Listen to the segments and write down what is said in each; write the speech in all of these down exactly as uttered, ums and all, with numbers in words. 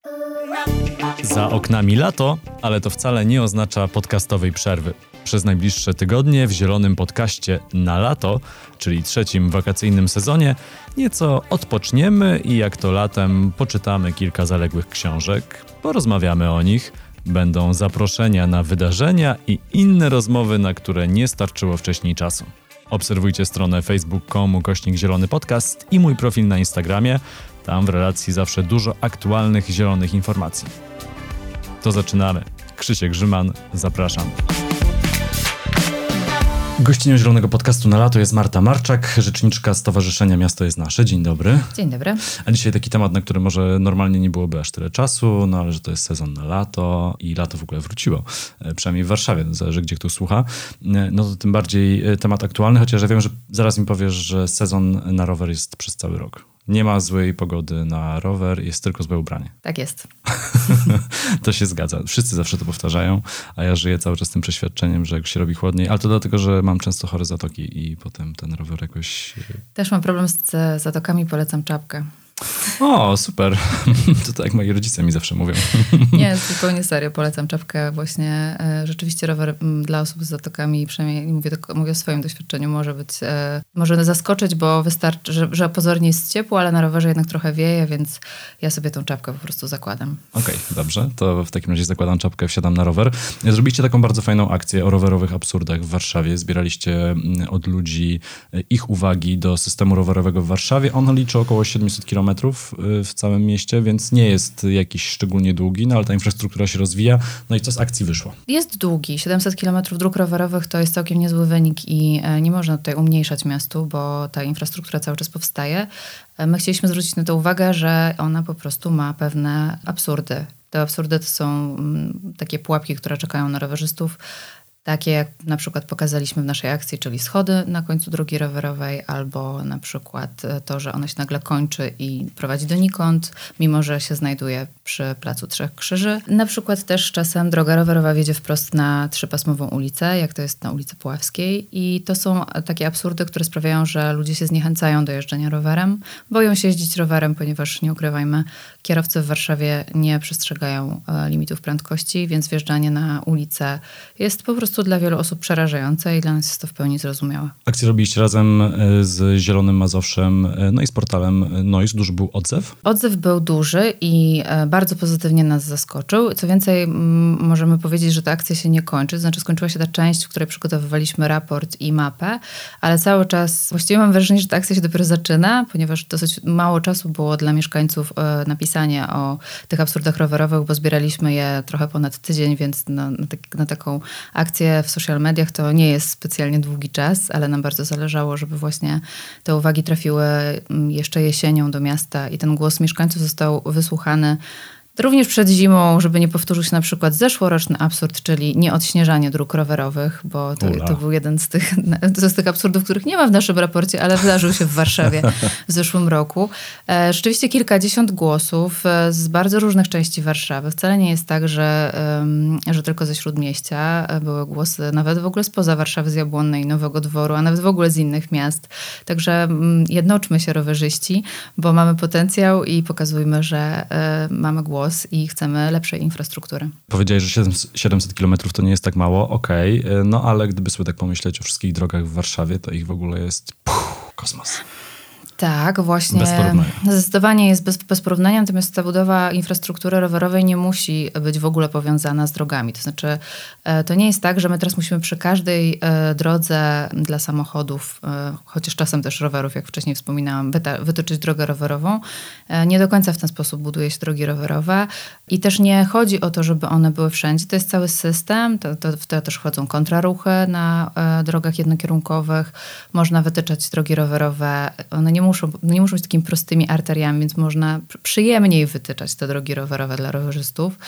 Za oknami lato, ale to wcale nie oznacza podcastowej przerwy. Przez najbliższe tygodnie w Zielonym Podcaście na lato, czyli trzecim wakacyjnym sezonie, nieco odpoczniemy i jak to latem poczytamy kilka zaległych książek, porozmawiamy o nich, będą zaproszenia na wydarzenia i inne rozmowy, na które nie starczyło wcześniej czasu. Obserwujcie stronę facebook kropka com ukośnik Zielony Podcast i mój profil na Instagramie. Tam w relacji zawsze dużo aktualnych zielonych informacji. To zaczynamy. Krzysiek Grzyman, zapraszam. Gościnią Zielonego Podcastu na lato jest Marta Marczak, rzeczniczka Stowarzyszenia Miasto jest Nasze. Dzień dobry. Dzień dobry. A dzisiaj taki temat, na który może normalnie nie byłoby aż tyle czasu, no ale że to jest sezon na lato i lato w ogóle wróciło, przynajmniej w Warszawie, zależy gdzie kto słucha, no to tym bardziej temat aktualny, chociaż ja wiem, że zaraz mi powiesz, że sezon na rower jest przez cały rok. Nie ma złej pogody na rower, jest tylko złe ubranie. Tak jest. To się zgadza. Wszyscy zawsze to powtarzają, a ja żyję cały czas tym przeświadczeniem, że jak się robi chłodniej, ale to dlatego, że mam często chore zatoki i potem ten rower jakoś... Też mam problem z zatokami, polecam czapkę. O, super. To tak jak moi rodzice mi zawsze mówią. Nie, zupełnie serio, polecam czapkę. Właśnie e, rzeczywiście rower m, dla osób z zatokami, przynajmniej mówię, to, mówię o swoim doświadczeniu, może być, e, może zaskoczyć, bo wystarczy, że, że pozornie jest ciepło, ale na rowerze jednak trochę wieje, więc ja sobie tą czapkę po prostu zakładam. Okej, okay, dobrze. To w takim razie zakładam czapkę, wsiadam na rower. Zrobiliście taką bardzo fajną akcję o rowerowych absurdach w Warszawie. Zbieraliście od ludzi ich uwagi do systemu rowerowego w Warszawie. On liczy około siedemset kilometrów w całym mieście, więc nie jest jakiś szczególnie długi, no ale ta infrastruktura się rozwija. No i co z akcji wyszło? Jest długi. siedemset kilometrów dróg rowerowych to jest całkiem niezły wynik i nie można tutaj umniejszać miastu, bo ta infrastruktura cały czas powstaje. My chcieliśmy zwrócić na to uwagę, że ona po prostu ma pewne absurdy. Te absurdy to są takie pułapki, które czekają na rowerzystów. Takie jak na przykład pokazaliśmy w naszej akcji, czyli schody na końcu drogi rowerowej, albo na przykład to, że ona się nagle kończy i prowadzi donikąd, mimo że się znajduje przy Placu Trzech Krzyży. Na przykład też czasem droga rowerowa wiedzie wprost na trzypasmową ulicę, jak to jest na ulicy Puławskiej. I to są takie absurdy, które sprawiają, że ludzie się zniechęcają do jeżdżenia rowerem, boją się jeździć rowerem, ponieważ nie ukrywajmy, kierowcy w Warszawie nie przestrzegają limitów prędkości, więc wjeżdżanie na ulicę jest po prostu dla wielu osób przerażające i dla nas jest to w pełni zrozumiałe. Akcję robiliście razem z Zielonym Mazowszem, no i z portalem Noise. Duży był odzew? Odzew był duży i bardzo pozytywnie nas zaskoczył. Co więcej, m- możemy powiedzieć, że ta akcja się nie kończy. Znaczy skończyła się ta część, w której przygotowywaliśmy raport i mapę, ale cały czas, właściwie mam wrażenie, że ta akcja się dopiero zaczyna, ponieważ dosyć mało czasu było dla mieszkańców e, napisania o tych absurdach rowerowych, bo zbieraliśmy je trochę ponad tydzień, więc na, na, tak, na taką akcję w social mediach to nie jest specjalnie długi czas, ale nam bardzo zależało, żeby właśnie te uwagi trafiły jeszcze jesienią do miasta i ten głos mieszkańców został wysłuchany również przed zimą, żeby nie powtórzył się na przykład zeszłoroczny absurd, czyli nieodśnieżanie dróg rowerowych, bo to, to był jeden z tych, z tych absurdów, których nie ma w naszym raporcie, ale wydarzył się w Warszawie w zeszłym roku. E, rzeczywiście kilkadziesiąt głosów z bardzo różnych części Warszawy. Wcale nie jest tak, że, um, że tylko ze Śródmieścia były głosy, nawet w ogóle spoza Warszawy, z Jabłonnej, Nowego Dworu, a nawet w ogóle z innych miast. Także um, jednoczmy się rowerzyści, bo mamy potencjał i pokazujmy, że e, mamy głos i chcemy lepszej infrastruktury. Powiedziałeś, że siedemset kilometrów to nie jest tak mało, okej, okay. No ale gdyby sobie tak pomyśleć o wszystkich drogach w Warszawie, to ich w ogóle jest puh, kosmos. Tak, właśnie. Bez porównania. Zdecydowanie jest bez, bez porównania, natomiast ta budowa infrastruktury rowerowej nie musi być w ogóle powiązana z drogami. To znaczy, to nie jest tak, że my teraz musimy przy każdej drodze dla samochodów, chociaż czasem też rowerów, jak wcześniej wspominałam, wyta- wytyczyć drogę rowerową. Nie do końca w ten sposób buduje się drogi rowerowe i też nie chodzi o to, żeby one były wszędzie. To jest cały system, to, to, w to też wchodzą kontraruchy na drogach jednokierunkowych. Można wytyczać drogi rowerowe. One nie muszą, nie muszą być takimi prostymi arteriami, więc można przyjemniej wytyczać te drogi rowerowe dla rowerzystów.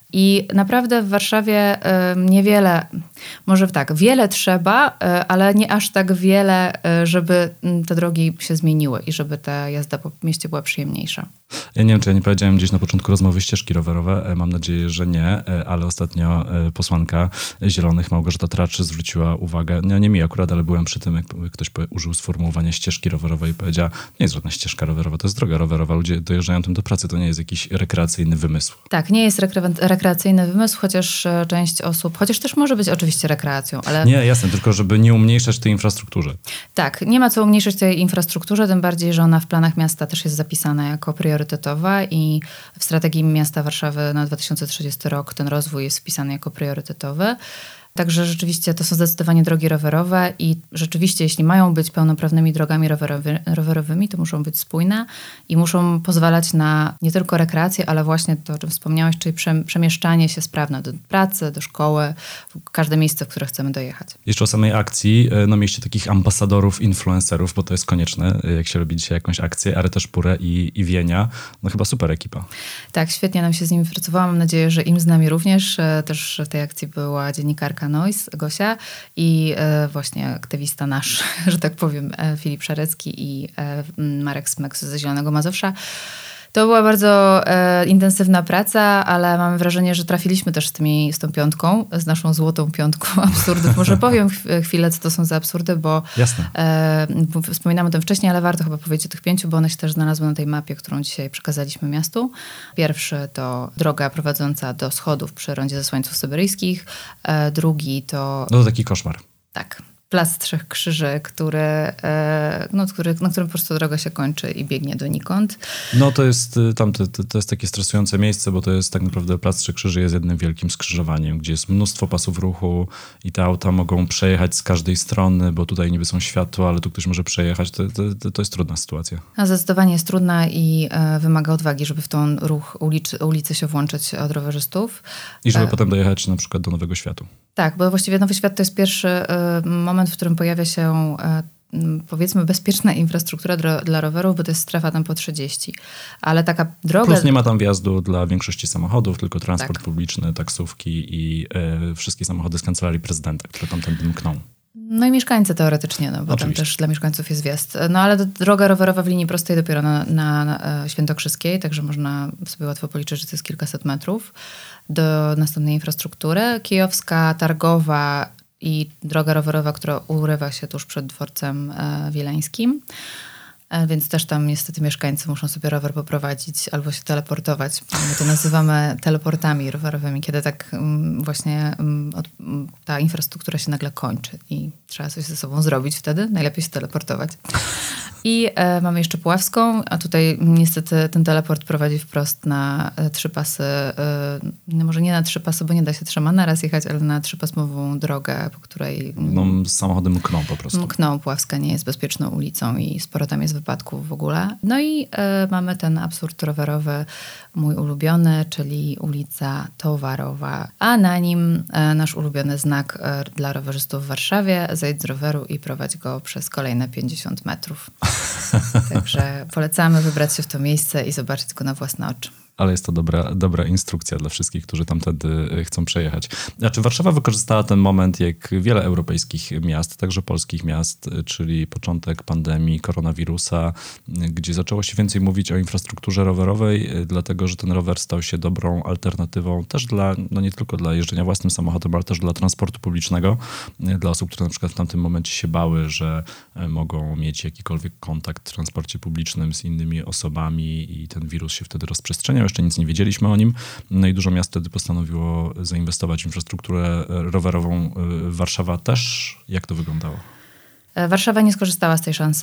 I naprawdę w Warszawie niewiele, może tak, wiele trzeba, ale nie aż tak wiele, żeby te drogi się zmieniły i żeby ta jazda po mieście była przyjemniejsza. Ja nie wiem, czy ja nie powiedziałem gdzieś na początku rozmowy ścieżki rowerowe. Mam nadzieję, że nie, ale ostatnio posłanka Zielonych Małgorzata Tracz zwróciła uwagę, no nie mi akurat, ale byłem przy tym, jak ktoś użył sformułowania ścieżki rowerowej i powiedziała, nie jest żadna ścieżka rowerowa, to jest droga rowerowa, ludzie dojeżdżają tym do pracy, to nie jest jakiś rekreacyjny wymysł. Tak, nie jest rekre- rekreacyjny wymysł, chociaż część osób, chociaż też może być oczywiście rekreacją, ale... Nie, jasne, tylko żeby nie umniejszać tej infrastrukturze. Tak, nie ma co umniejszać tej infrastrukturze, tym bardziej, że ona w planach miasta też jest zapisana jako priorytetowa i w strategii miasta Warszawy na dwa tysiące trzydziesty rok ten rozwój jest wpisany jako priorytetowy. Także rzeczywiście to są zdecydowanie drogi rowerowe i rzeczywiście jeśli mają być pełnoprawnymi drogami rowerowy, rowerowymi, to muszą być spójne i muszą pozwalać na nie tylko rekreację, ale właśnie to, o czym wspomniałeś, czyli przemieszczanie się sprawne do pracy, do szkoły, w każde miejsce, w które chcemy dojechać. Jeszcze o samej akcji, no mieście takich ambasadorów, influencerów, bo to jest konieczne, jak się robi dzisiaj jakąś akcję, ale też Purę i, i Wienia. No chyba super ekipa. Tak, świetnie nam się z nimi pracowało. Mam nadzieję, że im z nami również. Też w tej akcji była dziennikarka Noise, Gosia i e, właśnie aktywista nasz, że tak powiem, e, Filip Szarecki i e, Marek Smeks ze Zielonego Mazowsza. To była bardzo e, intensywna praca, ale mamy wrażenie, że trafiliśmy też z, tymi, z tą piątką, z naszą złotą piątką absurdów. Może powiem chwilę, co to są za absurdy, bo e, wspominamy o tym wcześniej, ale warto chyba powiedzieć o tych pięciu, bo one się też znalazły na tej mapie, którą dzisiaj przekazaliśmy miastu. Pierwszy to droga prowadząca do schodów przy rondzie Zesłańców Syberyjskich. E, drugi to... No to taki koszmar. Tak. Plac Trzech Krzyży, który, no, który, na którym po prostu droga się kończy i biegnie donikąd. No to jest tam to, to jest takie stresujące miejsce, bo to jest tak naprawdę Plac Trzech Krzyży jest jednym wielkim skrzyżowaniem, gdzie jest mnóstwo pasów ruchu i te auta mogą przejechać z każdej strony, bo tutaj niby są światła, ale tu ktoś może przejechać. To, to, to jest trudna sytuacja. A zdecydowanie jest trudna i e, wymaga odwagi, żeby w tą ruch ulic, ulicy się włączyć od rowerzystów. I żeby e, potem dojechać na przykład do Nowego Światu. Tak, bo właściwie Nowy Świat to jest pierwszy e, moment, w którym pojawia się e, powiedzmy bezpieczna infrastruktura dro- dla rowerów, bo to jest strefa tam po trzydzieści. Ale taka droga... Plus nie ma tam wjazdu dla większości samochodów, tylko transport tak. publiczny, taksówki i e, wszystkie samochody z kancelarii prezydenta, które tam tędy mkną. No i mieszkańcy teoretycznie, no bo Oczywiście. tam też dla mieszkańców jest wjazd. No ale droga rowerowa w linii prostej dopiero na, na, na Świętokrzyskiej, także można sobie łatwo policzyć, że to jest kilkaset metrów do następnej infrastruktury. Kijowska, Targowa i droga rowerowa, która urywa się tuż przed dworcem e, wileńskim. E, więc też tam niestety mieszkańcy muszą sobie rower poprowadzić albo się teleportować. My to nazywamy teleportami rowerowymi, kiedy tak mm, właśnie mm, od, mm, ta infrastruktura się nagle kończy i trzeba coś ze sobą zrobić wtedy. Najlepiej się teleportować. I e, mamy jeszcze Puławską, a tutaj niestety ten teleport prowadzi wprost na e, trzy pasy, e, no może nie na trzy pasy, bo nie da się trzema naraz jechać, ale na trzypasmową drogę, po której... No samochody mkną po prostu. Mkną. Puławska nie jest bezpieczną ulicą i sporo tam jest wypadków w ogóle. No i e, mamy ten absurd rowerowy, mój ulubiony, czyli ulica Towarowa, a na nim e, nasz ulubiony znak e, dla rowerzystów w Warszawie. Zejdź z roweru i prowadź go przez kolejne pięćdziesiąt metrów. Także polecamy wybrać się w to miejsce i zobaczyć go na własne oczy. Ale jest to dobra, dobra instrukcja dla wszystkich, którzy tamtędy chcą przejechać. Znaczy Warszawa wykorzystała ten moment jak wiele europejskich miast, także polskich miast, czyli początek pandemii koronawirusa, gdzie zaczęło się więcej mówić o infrastrukturze rowerowej, dlatego że ten rower stał się dobrą alternatywą też dla, no nie tylko dla jeżdżenia własnym samochodem, ale też dla transportu publicznego, dla osób, które na przykład w tamtym momencie się bały, że mogą mieć jakikolwiek kontakt w transporcie publicznym z innymi osobami i ten wirus się wtedy rozprzestrzeniał. Jeszcze nic nie wiedzieliśmy o nim. No i dużo miast wtedy postanowiło zainwestować w infrastrukturę rowerową. Warszawa też? Jak to wyglądało? Warszawa nie skorzystała z tej szansy.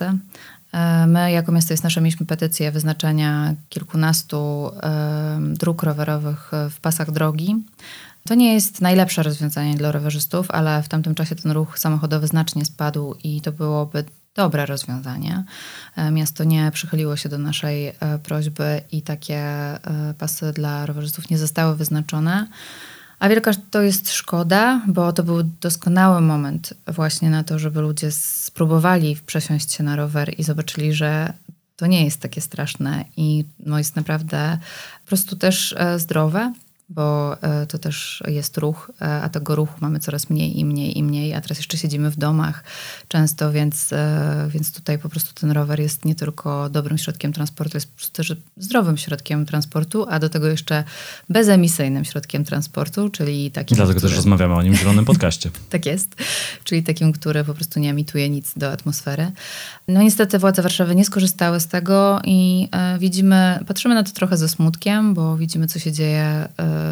My jako miasto jest nasze mieliśmy petycję wyznaczenia kilkunastu dróg rowerowych w pasach drogi. To nie jest najlepsze rozwiązanie dla rowerzystów, ale w tamtym czasie ten ruch samochodowy znacznie spadł i to byłoby dobre rozwiązanie. Miasto nie przychyliło się do naszej prośby i takie pasy dla rowerzystów nie zostały wyznaczone. A wielka to jest szkoda, bo to był doskonały moment właśnie na to, żeby ludzie spróbowali przesiąść się na rower i zobaczyli, że to nie jest takie straszne i no jest naprawdę po prostu też zdrowe. bo to też jest ruch, a tego ruchu mamy coraz mniej i mniej i mniej, a teraz jeszcze siedzimy w domach często, więc, więc tutaj po prostu ten rower jest nie tylko dobrym środkiem transportu, jest też zdrowym środkiem transportu, a do tego jeszcze bezemisyjnym środkiem transportu, czyli takim... Dlatego który... też rozmawiamy o nim w Zielonym Podcaście. Tak jest, czyli takim, który po prostu nie emituje nic do atmosfery. No niestety władze Warszawy nie skorzystały z tego i e, widzimy, patrzymy na to trochę ze smutkiem, bo widzimy, co się dzieje e,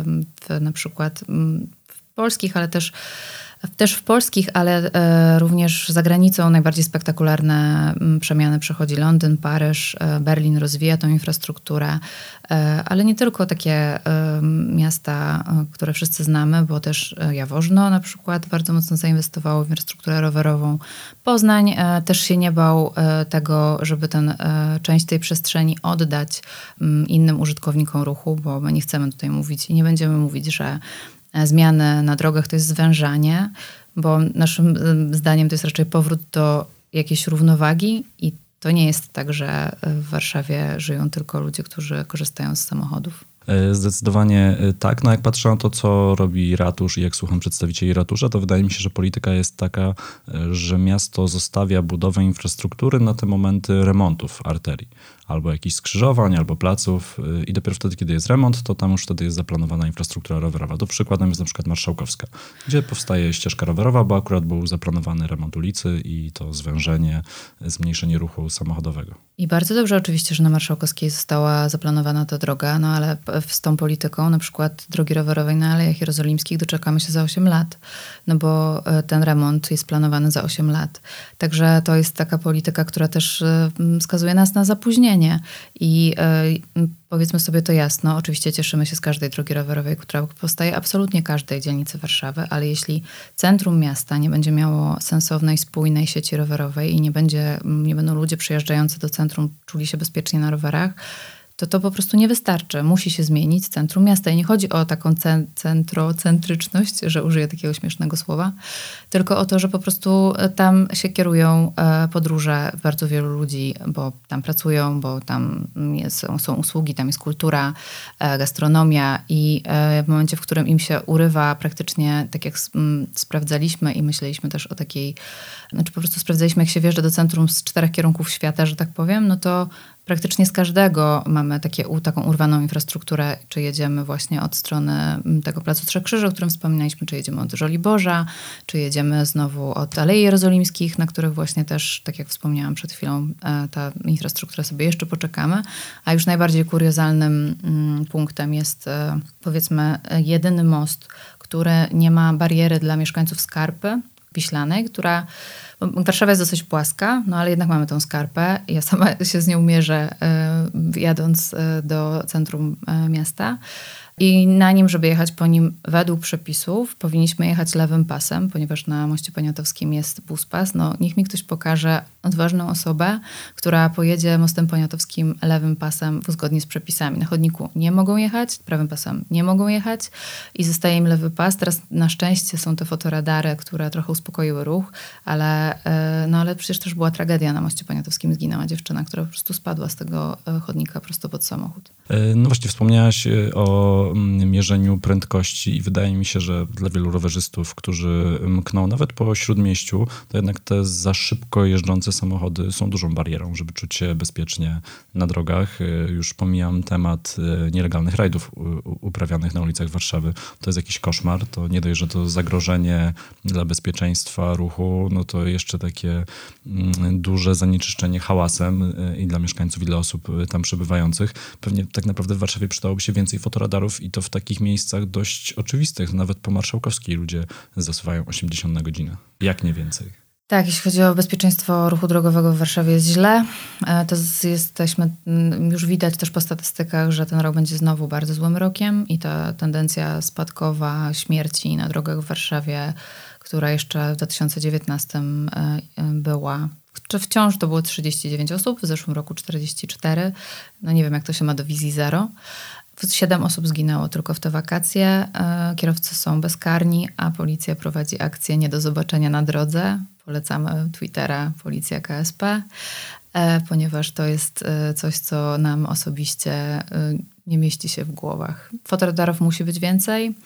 w, na przykład w polskich, ale też Też w polskich, ale e, również za granicą najbardziej spektakularne m, przemiany przechodzi Londyn, Paryż, e, Berlin rozwija tą infrastrukturę, e, ale nie tylko takie e, miasta, e, które wszyscy znamy, bo też e, Jaworzno na przykład bardzo mocno zainwestowało w infrastrukturę rowerową. Poznań e, też się nie bał e, tego, żeby ten, e, część tej przestrzeni oddać m, innym użytkownikom ruchu, bo my nie chcemy tutaj mówić i nie będziemy mówić, że zmiany na drogach to jest zwężanie, bo naszym zdaniem to jest raczej powrót do jakiejś równowagi i to nie jest tak, że w Warszawie żyją tylko ludzie, którzy korzystają z samochodów. Zdecydowanie tak. No jak patrzę na to, co robi ratusz i jak słucham przedstawicieli ratusza, to wydaje mi się, że polityka jest taka, że miasto zostawia budowę infrastruktury na te momenty remontów arterii. Albo jakichś skrzyżowań, albo placów i dopiero wtedy, kiedy jest remont, to tam już wtedy jest zaplanowana infrastruktura rowerowa. To przykładem jest na przykład Marszałkowska, gdzie powstaje ścieżka rowerowa, bo akurat był zaplanowany remont ulicy i to zwężenie, zmniejszenie ruchu samochodowego. I bardzo dobrze oczywiście, że na Marszałkowskiej została zaplanowana ta droga, no ale z tą polityką na przykład drogi rowerowej na Alejach Jerozolimskich doczekamy się za osiem lat, no bo ten remont jest planowany za osiem lat. Także to jest taka polityka, która też skazuje nas na zapóźnienie. I y, powiedzmy sobie to jasno, oczywiście cieszymy się z każdej drogi rowerowej, która powstaje absolutnie każdej dzielnicy Warszawy, ale jeśli centrum miasta nie będzie miało sensownej, spójnej sieci rowerowej i nie, będzie, nie będą ludzie przyjeżdżający do centrum czuli się bezpiecznie na rowerach, to to po prostu nie wystarczy. Musi się zmienić centrum miasta. I nie chodzi o taką centrocentryczność, że użyję takiego śmiesznego słowa, tylko o to, że po prostu tam się kierują podróże bardzo wielu ludzi, bo tam pracują, bo tam jest, są usługi, tam jest kultura, gastronomia i w momencie, w którym im się urywa praktycznie, tak jak sprawdzaliśmy i myśleliśmy też o takiej, znaczy po prostu sprawdzaliśmy, jak się wjeżdża do centrum z czterech kierunków świata, że tak powiem, no to praktycznie z każdego mamy takie, taką urwaną infrastrukturę, czy jedziemy właśnie od strony tego Placu Trzech Krzyży, o którym wspominaliśmy, czy jedziemy od Żoliborza, czy jedziemy znowu od Alei Jerozolimskich, na których właśnie też, tak jak wspomniałam przed chwilą, ta infrastruktura sobie jeszcze poczekamy. A już najbardziej kuriozalnym punktem jest powiedzmy jedyny most, który nie ma bariery dla mieszkańców Skarpy Wiślanej, która Warszawa jest dosyć płaska, no ale jednak mamy tą skarpę. Ja sama się z nią mierzę, y, jadąc y, do centrum y, miasta. I na nim, żeby jechać po nim według przepisów, powinniśmy jechać lewym pasem, ponieważ na Moście Poniatowskim jest buspas. No, niech mi ktoś pokaże odważną osobę, która pojedzie Mostem Poniatowskim lewym pasem zgodnie z przepisami. Na chodniku nie mogą jechać, prawym pasem nie mogą jechać i zostaje im lewy pas. Teraz na szczęście są te fotoradary, które trochę uspokoiły ruch, ale, no, ale przecież też była tragedia na Moście Poniatowskim. Zginęła dziewczyna, która po prostu spadła z tego chodnika prosto pod samochód. No właśnie wspomniałaś o mierzeniu prędkości i wydaje mi się, że dla wielu rowerzystów, którzy mkną nawet po Śródmieściu, to jednak te za szybko jeżdżące samochody są dużą barierą, żeby czuć się bezpiecznie na drogach. Już pomijam temat nielegalnych rajdów uprawianych na ulicach Warszawy. To jest jakiś koszmar. To nie dość, że to zagrożenie dla bezpieczeństwa ruchu, no to jeszcze takie duże zanieczyszczenie hałasem i dla mieszkańców, i dla osób tam przebywających. Pewnie tak naprawdę w Warszawie przydałoby się więcej fotoradarów i to w takich miejscach dość oczywistych. Nawet po Marszałkowskiej ludzie zasuwają osiemdziesiąt na godzinę. Jak nie więcej? Tak, jeśli chodzi o bezpieczeństwo ruchu drogowego w Warszawie jest źle. To jesteśmy, już widać też po statystykach, że ten rok będzie znowu bardzo złym rokiem i ta tendencja spadkowa śmierci na drogach w Warszawie, która jeszcze w dwa tysiące dziewiętnastym była, czy wciąż to było trzydzieści dziewięć osób, w zeszłym roku czterdzieści cztery. No nie wiem, jak to się ma do wizji zero. Siedem osób zginęło tylko w te wakacje. Kierowcy są bezkarni, a policja prowadzi akcję nie do zobaczenia na drodze. Polecamy Twittera Policja K S P, ponieważ to jest coś, co nam osobiście nie mieści się w głowach. Fotoradarów musi być więcej.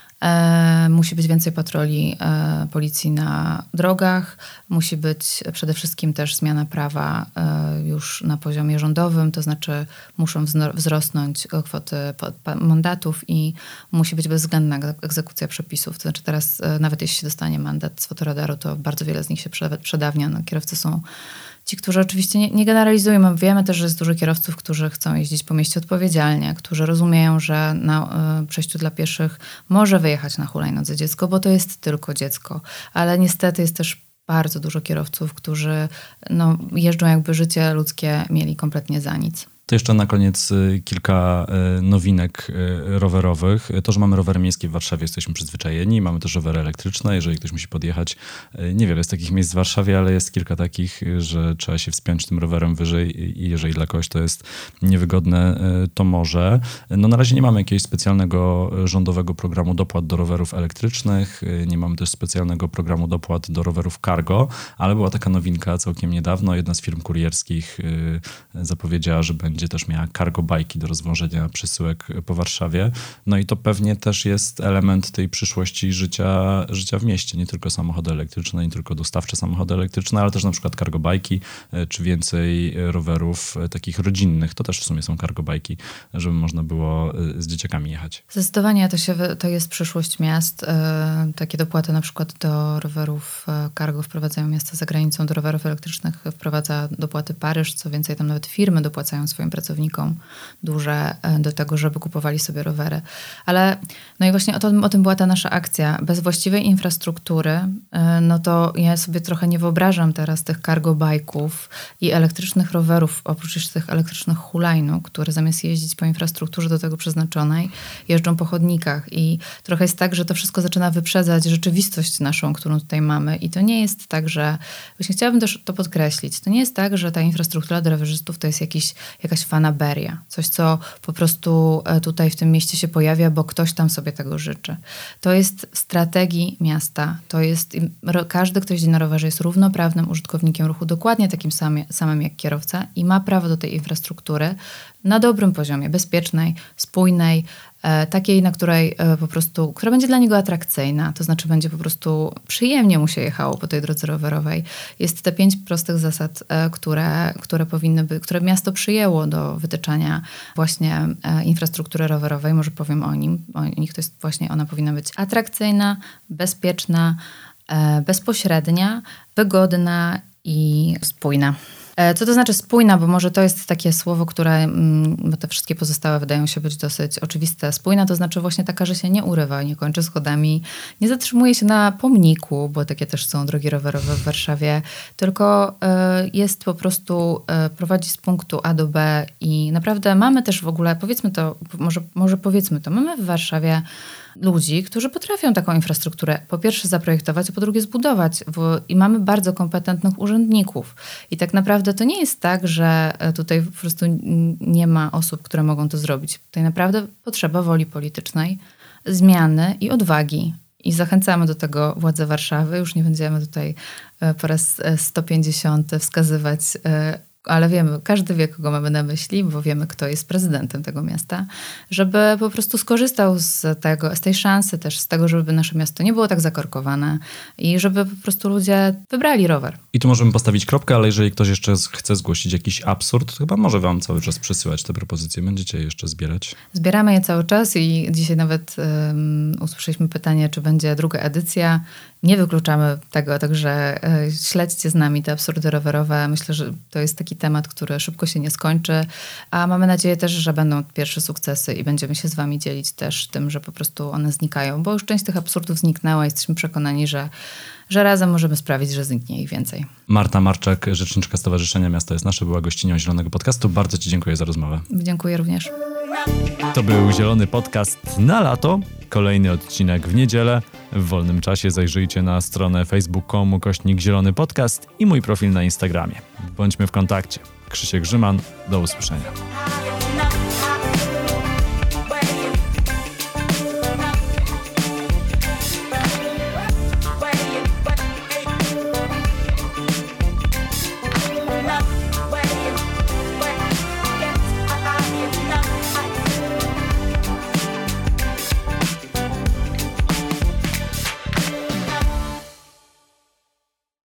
E, musi być więcej patroli e, policji na drogach. Musi być przede wszystkim też zmiana prawa e, już na poziomie rządowym, to znaczy muszą wzno- wzrosnąć kwoty po, po mandatów i musi być bezwzględna egzekucja przepisów. To znaczy teraz e, nawet jeśli się dostanie mandat z fotoradaru, to bardzo wiele z nich się przedawnia. No, kierowcy są ci, którzy oczywiście nie, nie generalizujemy. Wiemy też, że jest dużo kierowców, którzy chcą jeździć po mieście odpowiedzialnie, którzy rozumieją, że na y, przejściu dla pieszych może wyjechać na hulajnodze dziecko, bo to jest tylko dziecko. Ale niestety jest też bardzo dużo kierowców, którzy no, jeżdżą jakby życie ludzkie mieli kompletnie za nic. To jeszcze na koniec kilka nowinek rowerowych. To, że mamy rowery miejskie w Warszawie, jesteśmy przyzwyczajeni. Mamy też rowery elektryczne. Jeżeli ktoś musi podjechać, niewiele jest takich miejsc w Warszawie, ale jest kilka takich, że trzeba się wspiąć tym rowerem wyżej i jeżeli dla kogoś to jest niewygodne, to może. No na razie nie mamy jakiegoś specjalnego rządowego programu dopłat do rowerów elektrycznych. Nie mamy też specjalnego programu dopłat do rowerów cargo, ale była taka nowinka całkiem niedawno. Jedna z firm kurierskich zapowiedziała, że będzie też miała cargo bajki do rozwożenia przesyłek po Warszawie. No i to pewnie też jest element tej przyszłości życia, życia w mieście. Nie tylko samochody elektryczne, nie tylko dostawcze samochody elektryczne, ale też na przykład cargo bajki, czy więcej rowerów takich rodzinnych. To też w sumie są cargo bajki, żeby można było z dzieciakami jechać. Zdecydowanie to, się, to jest przyszłość miast. Takie dopłaty na przykład do rowerów cargo wprowadzają miasta za granicą, do rowerów elektrycznych wprowadza dopłaty Paryż. Co więcej, tam nawet firmy dopłacają swoim pracownikom duże do tego, żeby kupowali sobie rowery. Ale no i właśnie o, to, o tym była ta nasza akcja. Bez właściwej infrastruktury, no to ja sobie trochę nie wyobrażam teraz tych cargo bajków i elektrycznych rowerów, oprócz jeszcze tych elektrycznych hulajnóg, które zamiast jeździć po infrastrukturze do tego przeznaczonej, jeżdżą po chodnikach. I trochę jest tak, że to wszystko zaczyna wyprzedzać rzeczywistość naszą, którą tutaj mamy. I to nie jest tak, że... Właśnie chciałabym też to podkreślić. To nie jest tak, że ta infrastruktura dla rowerzystów to jest jakiś, jakaś fanaberia. Coś, co po prostu tutaj w tym mieście się pojawia, bo ktoś tam sobie tego życzy. To jest strategii miasta. To jest... Każdy, kto jeździ na rowerze, jest równoprawnym użytkownikiem ruchu, dokładnie takim samym, samym jak kierowca i ma prawo do tej infrastruktury na dobrym poziomie, bezpiecznej, spójnej, e, takiej, na której e, po prostu, która będzie dla niego atrakcyjna, to znaczy będzie po prostu przyjemnie mu się jechało po tej drodze rowerowej. Jest te pięć prostych zasad, e, które, które powinny być, które miasto przyjęło do wytyczania właśnie e, infrastruktury rowerowej. Może powiem o nim. O nich to jest właśnie, ona powinna być atrakcyjna, bezpieczna, e, bezpośrednia, wygodna i spójna. Co to znaczy spójna, bo może to jest takie słowo, które, bo te wszystkie pozostałe wydają się być dosyć oczywiste. Spójna to znaczy właśnie taka, że się nie urywa, nie kończy schodami, nie zatrzymuje się na pomniku, bo takie też są drogi rowerowe w Warszawie, tylko jest po prostu, prowadzi z punktu A do B i naprawdę mamy też w ogóle, powiedzmy to, może, może powiedzmy to, mamy w Warszawie ludzi, którzy potrafią taką infrastrukturę po pierwsze zaprojektować, a po drugie zbudować. Bo, i mamy bardzo kompetentnych urzędników. I tak naprawdę to nie jest tak, że tutaj po prostu nie ma osób, które mogą to zrobić. Tutaj naprawdę potrzeba woli politycznej, zmiany i odwagi. I zachęcamy do tego władze Warszawy. Już nie będziemy tutaj po raz sto pięćdziesiąty wskazywać, ale wiemy, każdy wie, kogo mamy na myśli, bo wiemy, kto jest prezydentem tego miasta, żeby po prostu skorzystał z tego, z tej szansy też, z tego, żeby nasze miasto nie było tak zakorkowane i żeby po prostu ludzie wybrali rower. I tu możemy postawić kropkę, ale jeżeli ktoś jeszcze chce zgłosić jakiś absurd, to chyba może wam cały czas przesyłać te propozycje. Będziecie je jeszcze zbierać? Zbieramy je cały czas i dzisiaj nawet um, usłyszeliśmy pytanie, czy będzie druga edycja. Nie wykluczamy tego, także y, śledźcie z nami te absurdy rowerowe. Myślę, że to jest taki temat, który szybko się nie skończy, a mamy nadzieję też, że będą pierwsze sukcesy i będziemy się z wami dzielić też tym, że po prostu one znikają, bo już część tych absurdów zniknęła i jesteśmy przekonani, że, że razem możemy sprawić, że zniknie ich więcej. Marta Marczak, rzeczniczka Stowarzyszenia Miasto jest Nasze, była gościnią Zielonego Podcastu. Bardzo ci dziękuję za rozmowę. Dziękuję również. To był Zielony Podcast na lato. Kolejny odcinek w niedzielę. W wolnym czasie zajrzyjcie na stronę facebook kropka com ukośnik Zielony Podcast i mój profil na Instagramie. Bądźmy w kontakcie. Krzysiek Grzyman, do usłyszenia.